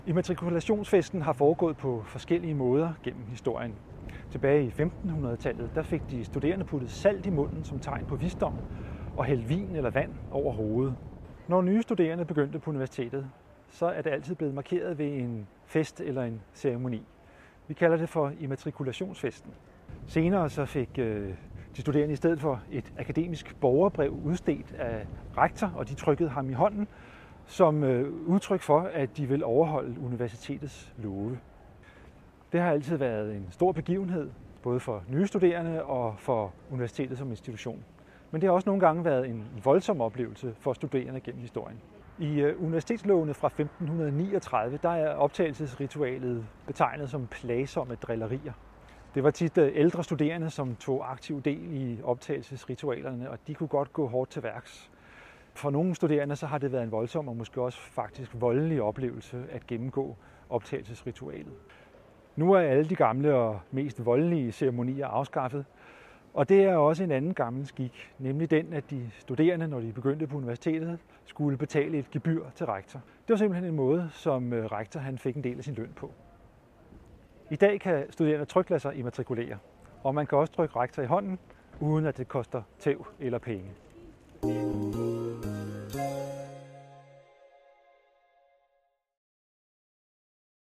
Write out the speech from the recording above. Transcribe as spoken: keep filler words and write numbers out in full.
Immatrikulationsfesten har foregået på forskellige måder gennem historien. Tilbage i femtenhundredetallet der fik de studerende puttet salt i munden som tegn på visdom og hældt vin eller vand over hovedet. Når nye studerende begyndte på universitetet, så er det altid blevet markeret ved en fest eller en ceremoni. Vi kalder det for immatrikulationsfesten. Senere så fik de studerende i stedet for et akademisk borgerbrev udstedt af rektor, og de trykkede ham i hånden som udtryk for, at de vil overholde universitetets love. Det har altid været en stor begivenhed, både for nye studerende og for universitetet som institution. Men det har også nogle gange været en voldsom oplevelse for studerende gennem historien. I universitetslovene fra femten niogtredive der er optagelsesritualet betegnet som plagsomme drillerier. Det var tit ældre studerende, som tog aktiv del i optagelsesritualerne, og de kunne godt gå hårdt til værks. For nogle studerende så har det været en voldsom og måske også faktisk voldelig oplevelse at gennemgå optagelsesritualet. Nu er alle de gamle og mest voldelige ceremonier afskaffet, og det er også en anden gammel skik, nemlig den, at de studerende, når de begyndte på universitetet, skulle betale et gebyr til rektor. Det var simpelthen en måde, som rektor han fik en del af sin løn på. I dag kan studerende trygt lade sig immatrikulere, og man kan også trykke rektor i hånden, uden at det koster tæv eller penge.